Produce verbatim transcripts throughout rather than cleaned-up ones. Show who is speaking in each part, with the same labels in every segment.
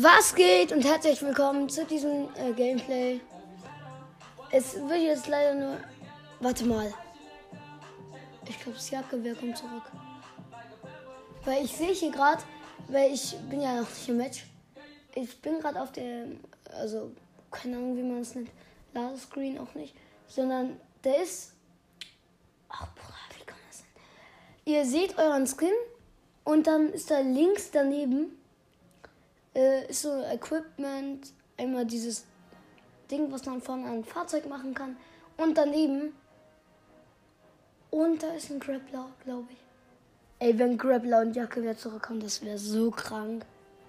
Speaker 1: Was geht und herzlich willkommen zu diesem äh, Gameplay. Es wird jetzt leider nur... Warte mal. Ich glaube, das Jagdgewehr kommt zurück. Weil ich sehe hier gerade, weil ich bin ja noch nicht im Match. Ich bin gerade auf der, also keine Ahnung, wie man es nennt, Ladescreen auch nicht, sondern der ist... Ach, Bruder, wie kann das sein? Ihr seht euren Skin und dann ist da links daneben äh, ist so Equipment, einmal dieses Ding, was man von einem Fahrzeug machen kann und daneben und da ist ein Grappler, glaube ich. Ey, wenn Grappler und Jacke wieder zurückkommen, das wäre so krank.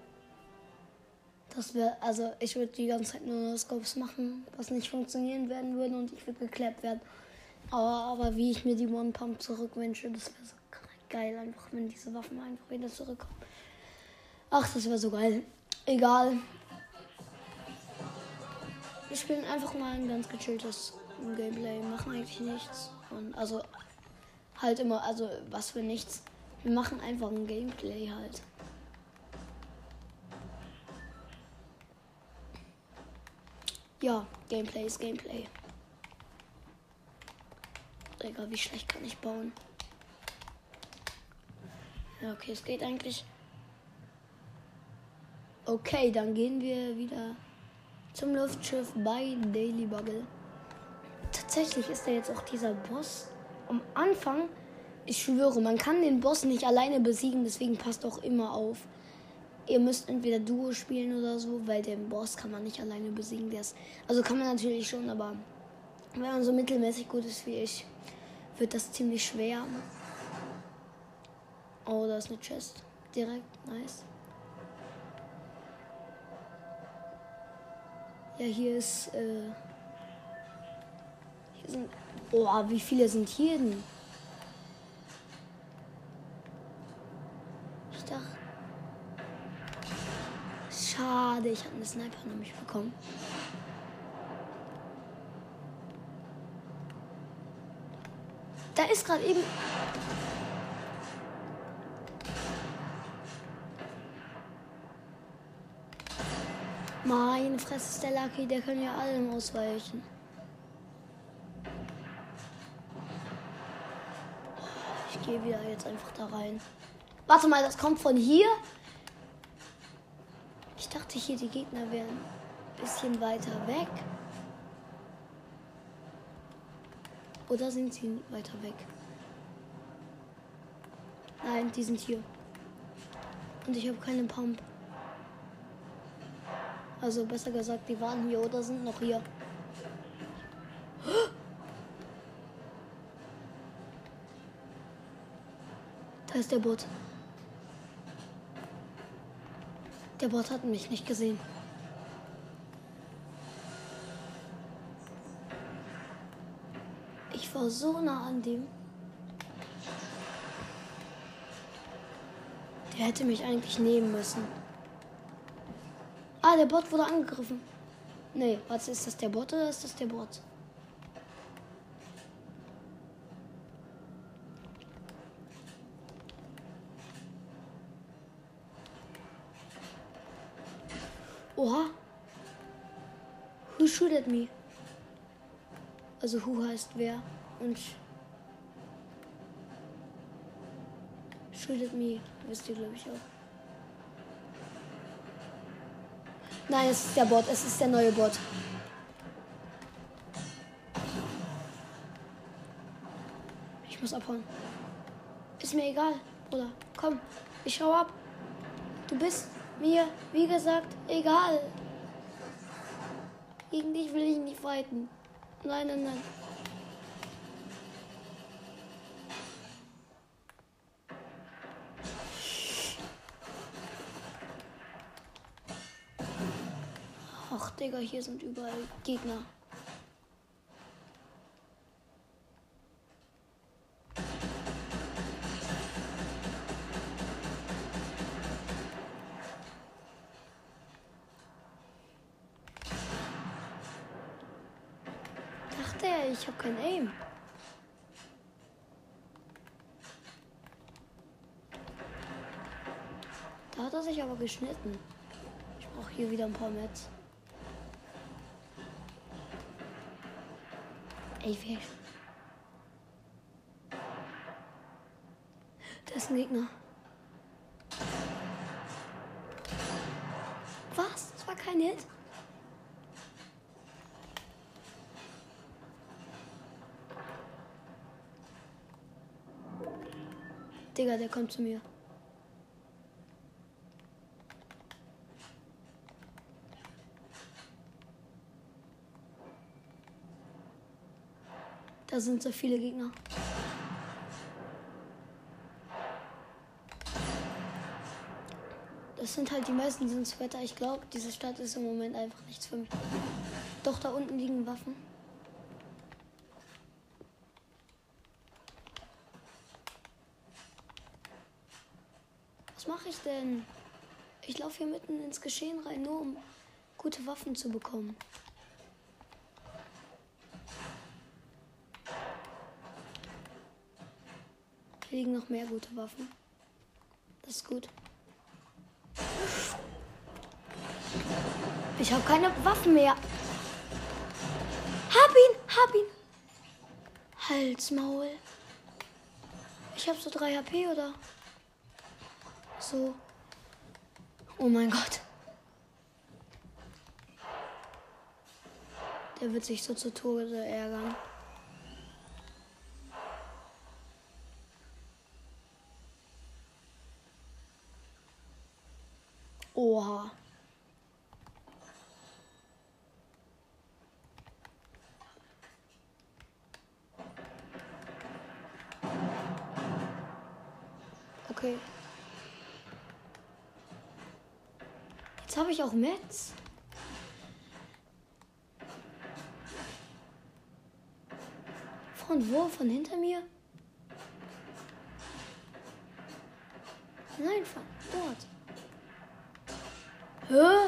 Speaker 1: Das wäre, also ich würde die ganze Zeit nur Scopes machen, was nicht funktionieren werden würde und ich würde geklappt werden. Aber, aber wie ich mir die One Pump zurückwünsche, das wäre so geil, einfach wenn diese Waffen einfach wieder zurückkommen. Ach, das wäre so geil. Egal. Wir spielen einfach mal ein ganz gechilltes Gameplay, machen eigentlich nichts. Und also halt immer, also was für nichts. Wir machen einfach ein Gameplay halt. Ja, Gameplay ist Gameplay. Egal, wie schlecht kann ich bauen. Ja, okay, es geht eigentlich. Okay, dann gehen wir wieder zum Luftschiff bei Daily Bugle. Tatsächlich ist da jetzt auch dieser Boss am Anfang. Ich schwöre, man kann den Boss nicht alleine besiegen, deswegen passt auch immer auf. Ihr müsst entweder Duo spielen oder so, weil den Boss kann man nicht alleine besiegen. Der ist, also kann man natürlich schon, aber wenn man so mittelmäßig gut ist wie ich, wird das ziemlich schwer. Oh, da ist eine Chest. Direkt, nice. Ja, hier ist, äh, hier sind, oh, wie viele sind hier denn? Ich dachte, schade, ich habe eine Sniper nämlich bekommen. Da ist gerade eben... Meine Fresse ist der Lucky, der kann ja allen ausweichen. Ich gehe wieder jetzt einfach da rein. Warte mal, das kommt von hier? Ich dachte hier, die Gegner wären ein bisschen weiter weg. Oder sind sie weiter weg? Nein, die sind hier. Und ich habe keine Pump. Also besser gesagt, die waren hier oder sind noch hier. Da ist der Bot. Der Bot hat mich nicht gesehen. Ich war so nah an dem. Der hätte mich eigentlich nehmen müssen. Ah, der Bot wurde angegriffen. Nee, warte, ist das der Bot oder ist das der Bot? Oha. Who shoot at me? Also who heißt wer und shoot at me, wisst ihr glaube ich auch. Nein, es ist der Bot, es ist der neue Bot. Ich muss abhauen. Ist mir egal, Bruder. Komm, ich hau ab. Du bist mir, wie gesagt, egal. Gegen dich will ich nicht fighten. Nein, nein, nein. Ach, Digga, hier sind überall Gegner. Dachte er, ich habe kein Aim. Da hat er sich aber geschnitten. Ich Auch hier wieder ein paar Mets. Ey, wer? Da ist ein Gegner. Was? Das war kein Hit? Digga, der kommt zu mir. Da sind so viele Gegner. Das sind halt die meisten sind Sweater. Ich glaube, diese Stadt ist im Moment einfach nichts für mich. Doch, da unten liegen Waffen. Was mache ich denn? Ich laufe hier mitten ins Geschehen rein, nur um gute Waffen zu bekommen. Hier liegen noch mehr gute Waffen. Das ist gut. Ich habe keine Waffen mehr. Hab ihn, hab ihn. Halsmaul. Ich habe so drei H P oder so. Oh mein Gott. Der wird sich so zu Tode ärgern. Oha. Okay. Jetzt habe ich auch Metz. Von wo? Von hinter mir? Nein, von dort. Hä?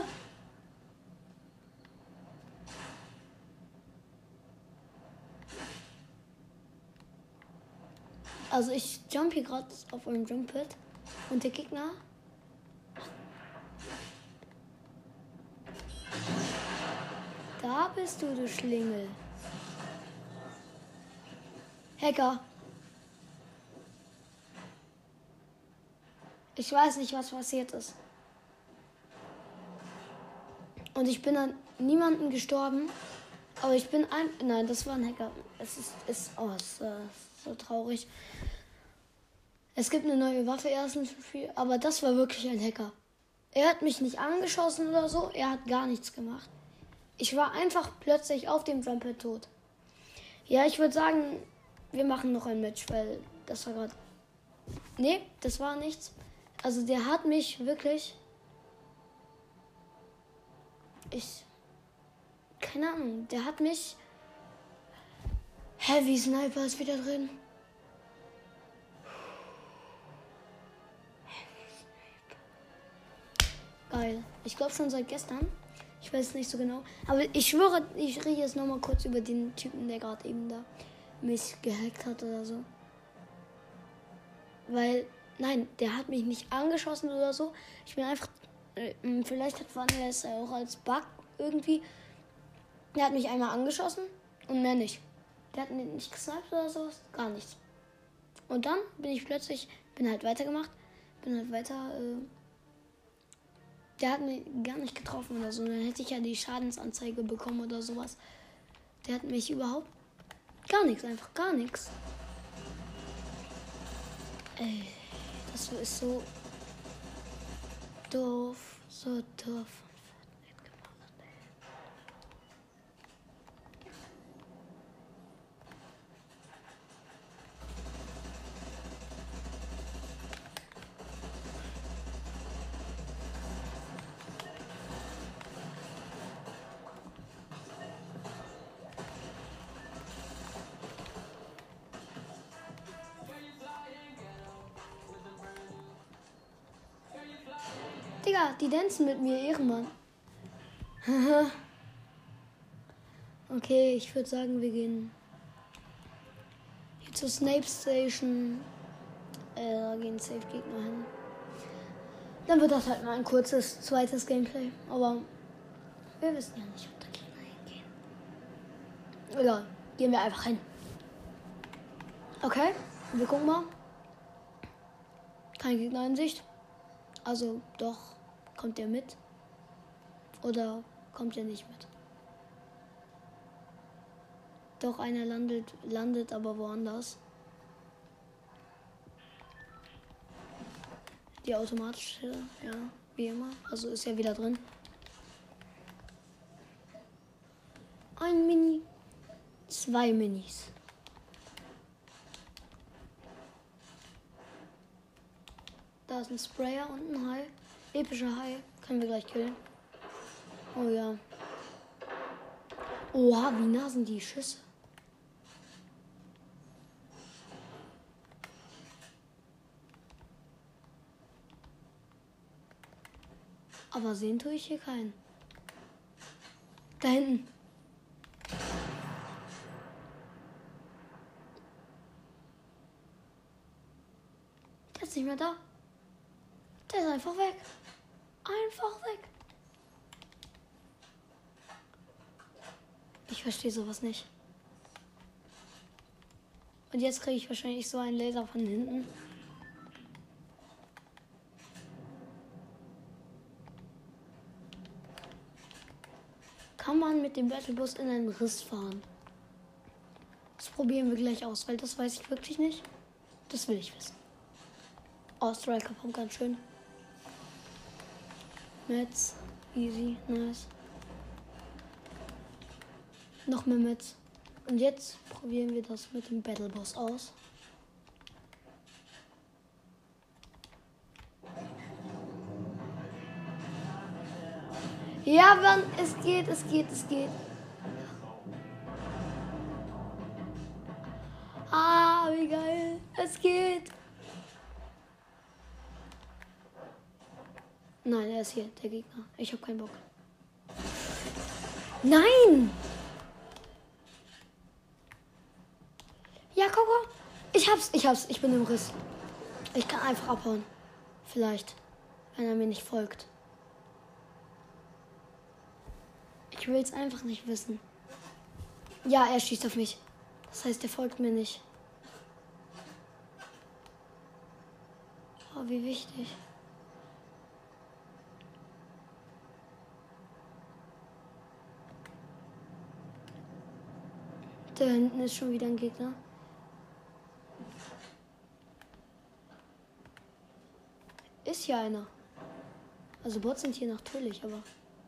Speaker 1: Also ich jump hier gerade auf einem Jump Pit und der Gegner da bist du, du Schlingel. Hacker. Ich weiß nicht, was passiert ist. Und ich bin an niemanden gestorben. Aber ich bin ein... Nein, das war ein Hacker. Es ist... ist oh, es ist äh, so traurig. Es gibt eine neue Waffe erst im Spiel. Aber das war wirklich ein Hacker. Er hat mich nicht angeschossen oder so. Er hat gar nichts gemacht. Ich war einfach plötzlich auf dem Jumper tot. Ja, ich würde sagen, wir machen noch ein Match, weil das war gerade... Nee, das war nichts. Also der hat mich wirklich... Ich... Keine Ahnung, der hat mich... Heavy Sniper ist wieder drin. Geil. Ich glaube schon seit gestern. Ich weiß nicht so genau. Aber ich schwöre, ich rede jetzt nochmal kurz über den Typen, der gerade eben da mich gehackt hat oder so. Weil, nein, der hat mich nicht angeschossen oder so. Ich bin einfach, äh, vielleicht hat Wandel es auch als Bug irgendwie. Der hat mich einmal angeschossen und mehr nicht. Der hat nicht gesniped oder so, gar nichts. Und dann bin ich plötzlich, bin halt weitergemacht, bin halt weiter, äh, der hat mich gar nicht getroffen oder so. Dann hätte ich ja die Schadensanzeige bekommen oder sowas. Der hat mich überhaupt gar nichts, einfach gar nichts. Ey, das ist so doof, so doof. Digga, die tanzen mit mir, Ehrenmann. Okay, ich würde sagen, wir gehen hier zur Snape Station. Äh, da gehen Safe Gegner hin. Dann wird das halt mal ein kurzes zweites Gameplay. Aber wir wissen ja nicht, ob da Gegner hingehen. Egal, gehen wir einfach hin. Okay, wir gucken mal. Kein Gegner in Sicht. Also doch, kommt der mit? Oder kommt er nicht mit? Doch, einer landet, landet aber woanders. Die automatische, ja, wie immer. Also ist ja wieder drin. Ein Mini. Zwei Minis. Da ist ein Sprayer und ein Hai. Epischer Hai. Können wir gleich killen. Oh ja. Oha, wie nah sind die Schüsse? Aber sehen tue ich hier keinen. Da hinten. Der ist nicht mehr da. Der ist einfach weg. Einfach weg. Ich verstehe sowas nicht. Und jetzt kriege ich wahrscheinlich so einen Laser von hinten. Kann man mit dem Battlebus in einen Riss fahren? Das probieren wir gleich aus, weil das weiß ich wirklich nicht. Das will ich wissen. Oh, Striker kommt ganz schön. Metz. Easy. Nice. Noch mehr Metz. Und jetzt probieren wir das mit dem Battlebus aus. Ja, Mann, es geht, es geht, es geht. Ah, wie geil. Es geht. Nein, er ist hier, der Gegner. Ich hab keinen Bock. Nein! Ja, Coco. Ich hab's, ich hab's. Ich bin im Riss. Ich kann einfach abhauen. Vielleicht, wenn er mir nicht folgt. Ich will's einfach nicht wissen. Ja, er schießt auf mich. Das heißt, er folgt mir nicht. Oh, wie wichtig. Da hinten ist schon wieder ein Gegner. Ist hier einer. Also Bots sind hier natürlich, aber...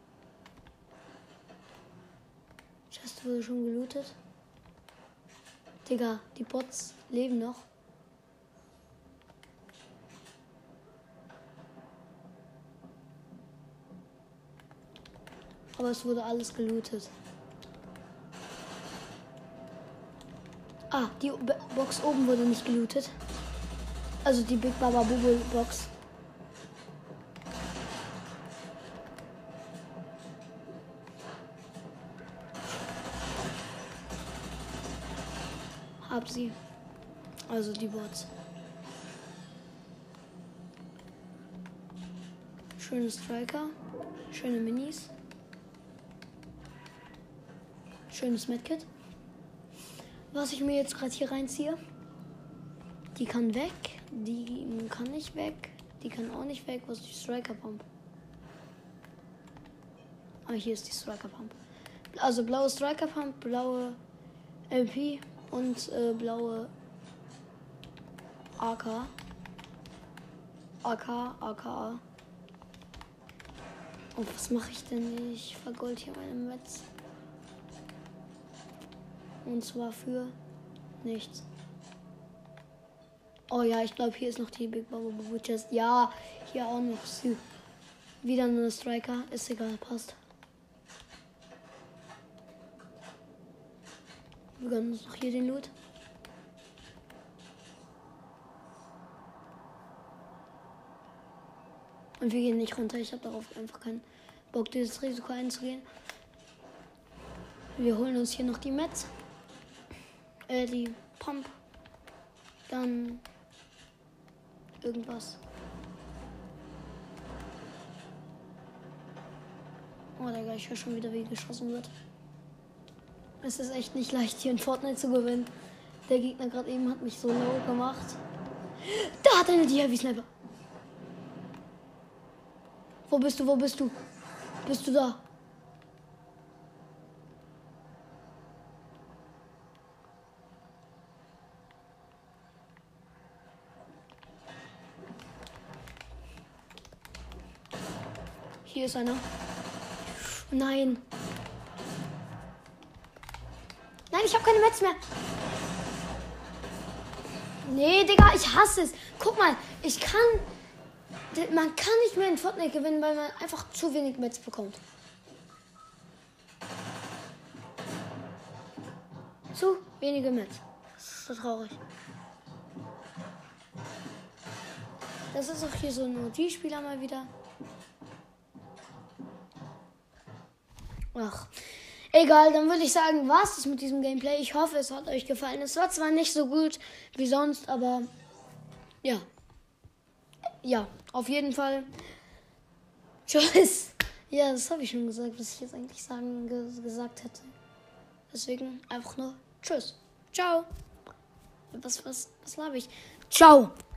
Speaker 1: Chest wurde schon gelootet. Digga, die Bots leben noch. Aber es wurde alles gelootet. Ah, die Box oben wurde nicht gelootet. Also die Big Baba Bubble Box. Hab sie. Also die Bots. Schöne Striker. Schöne Minis. Schönes Medkit. Was ich mir jetzt gerade hier reinziehe. Die kann weg. Die kann nicht weg. Die kann auch nicht weg. Was ist die Striker Pump? Ah, hier ist die Striker Pump. Also blaue Striker Pump, blaue M P und äh, blaue A K. A K, A K A. Und was mache ich denn? Ich vergold hier meine Metz. Und zwar für nichts. Oh ja, ich glaube, hier ist noch die Big Baba Bubble Chest. Ja, hier auch noch. Wieder eine Striker. Ist egal, passt. Wir gönnen uns noch hier den Loot. Und wir gehen nicht runter. Ich habe darauf einfach keinen Bock, dieses Risiko einzugehen. Wir holen uns hier noch die Metz. Äh, die Pump. Dann irgendwas. Oh, Digga, ich höre schon wieder, wie geschossen wird. Es ist echt nicht leicht, hier in Fortnite zu gewinnen. Der Gegner gerade eben hat mich so low gemacht. Da hat eine die Heavy Sniper. Wo bist du, wo bist du? Bist du da? Hier ist einer. Nein. Nein, ich habe keine Metz mehr. Nee, Digga, ich hasse es. Guck mal, ich kann... Man kann nicht mehr in Fortnite gewinnen, weil man einfach zu wenig Metz bekommt. Zu wenige Metz. Das ist so traurig. Das ist auch hier so ein O G-Spieler mal wieder. Ach, egal, dann würde ich sagen, was ist mit diesem Gameplay. Ich hoffe, es hat euch gefallen. Es war zwar nicht so gut wie sonst, aber ja. Ja, auf jeden Fall. Tschüss. Ja, das habe ich schon gesagt, was ich jetzt eigentlich sagen ge- gesagt hätte. Deswegen einfach nur Tschüss. Ciao. Was, was, was laber ich? Ciao.